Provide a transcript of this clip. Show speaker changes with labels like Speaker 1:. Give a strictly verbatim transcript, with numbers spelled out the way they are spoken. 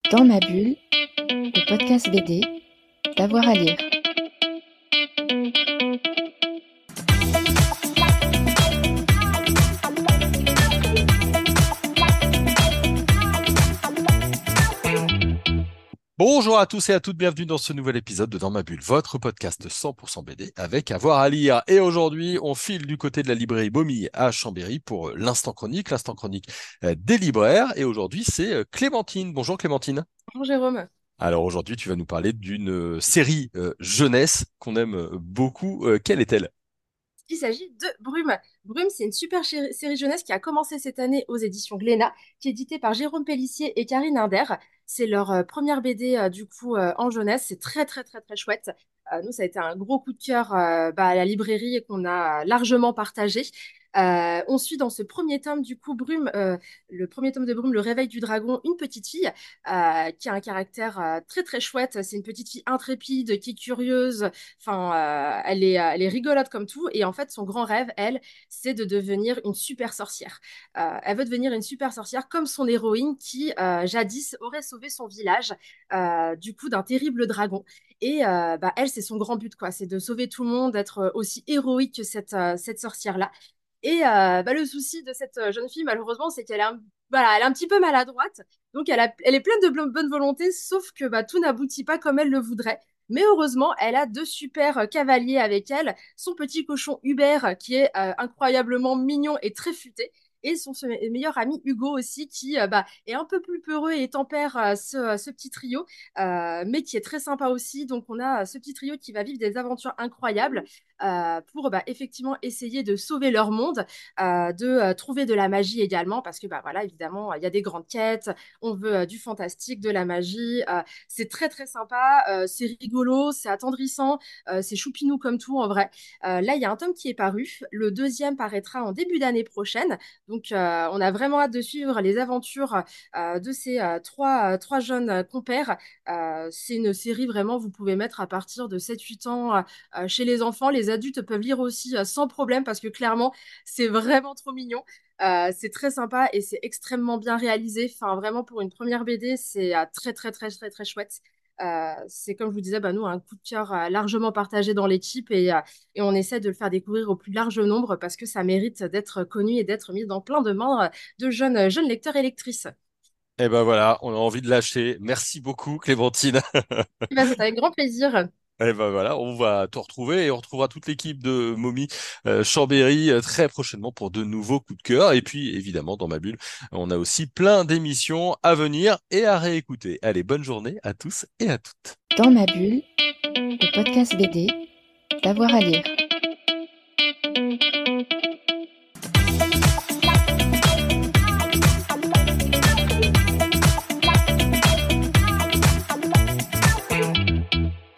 Speaker 1: Dans ma bulle, le podcast B D, d'avoir à lire.
Speaker 2: Bonjour à tous et à toutes, bienvenue dans ce nouvel épisode de Dans ma bulle, votre podcast cent pour cent B D avec avoir à lire. Et aujourd'hui, on file du côté de la librairie Baumille à Chambéry pour l'instant chronique, l'instant chronique euh, des libraires. Et aujourd'hui, c'est euh, Clémentine. Bonjour Clémentine.
Speaker 3: Bonjour Jérôme.
Speaker 2: Alors aujourd'hui, tu vas nous parler d'une euh, série euh, jeunesse qu'on aime euh, beaucoup. Euh, quelle est-elle?
Speaker 3: Il s'agit de Brume. Brume, c'est une super chéri- série jeunesse qui a commencé cette année aux éditions Glénat, qui est éditée par Jérôme Pellissier et Karine Inder. C'est leur euh, première B D euh, du coup euh, en jeunesse. C'est très très très très chouette. Euh, nous, ça a été un gros coup de cœur euh, bah, à la librairie et qu'on a largement partagé. Euh, on suit dans ce premier tome du coup Brume, euh, le premier tome de Brume, Le Réveil du Dragon, une petite fille euh, qui a un caractère euh, très très chouette. C'est une petite fille intrépide qui est curieuse. Enfin, euh, elle est, euh, elle est rigolote comme tout. Et en fait, son grand rêve, elle, c'est de devenir une super sorcière. Euh, elle veut devenir une super sorcière comme son héroïne qui, euh, jadis, aurait sauvé son village euh, du coup d'un terrible dragon. Et euh, bah, elle, c'est son grand but, quoi. C'est de sauver tout le monde, d'être aussi héroïque que cette, euh, cette sorcière-là. Et euh, bah, le souci de cette euh, jeune fille, malheureusement, c'est qu'elle est un, voilà, elle est un petit peu maladroite. Donc, elle, a- elle est pleine de blo- bonne volonté, sauf que bah, tout n'aboutit pas comme elle le voudrait. Mais heureusement, elle a deux super euh, cavaliers avec elle. Son petit cochon Hubert, euh, qui est euh, incroyablement mignon et très futé. Et son se- meilleur ami Hugo aussi, qui euh, bah, est un peu plus peureux et tempère euh, ce, euh, ce petit trio, euh, mais qui est très sympa aussi. Donc, on a euh, ce petit trio qui va vivre des aventures incroyables euh, pour bah, effectivement essayer de sauver leur monde, euh, de euh, trouver de la magie également, parce que bah, voilà, évidemment, il y a des grandes quêtes, on veut euh, du fantastique, de la magie. Euh, c'est très très sympa, euh, c'est rigolo, c'est attendrissant, euh, c'est choupinou comme tout en vrai. Euh, là, il y a un tome qui est paru, le deuxième paraîtra en début d'année prochaine, donc euh, on a vraiment hâte de suivre les aventures euh, de ces euh, trois, euh, trois jeunes euh, compères. Euh, c'est une série vraiment, vous pouvez mettre à partir de sept huit ans euh, chez les enfants. Les adultes peuvent lire aussi euh, sans problème parce que clairement, c'est vraiment trop mignon. Euh, c'est très sympa et c'est extrêmement bien réalisé. Enfin, vraiment, pour une première B D, c'est euh, très, très, très, très, très chouette. Euh, c'est comme je vous disais, bah, nous, un coup de cœur euh, largement partagé dans l'équipe et, euh, et on essaie de le faire découvrir au plus large nombre parce que ça mérite d'être connu et d'être mis dans plein de mains euh, de jeunes, jeunes lecteurs et lectrices.
Speaker 2: Eh ben voilà, on a envie de l'acheter. Merci beaucoup Clémentine.
Speaker 3: Eh ben, c'est avec grand plaisir.
Speaker 2: Et ben voilà, on va te retrouver et on retrouvera toute l'équipe de Momie euh, Chambéry euh, très prochainement pour de nouveaux coups de cœur. Et puis évidemment, dans ma bulle, on a aussi plein d'émissions à venir et à réécouter. Allez, bonne journée à tous et à toutes.
Speaker 1: Dans ma bulle, le podcast B D, d'avoir à lire.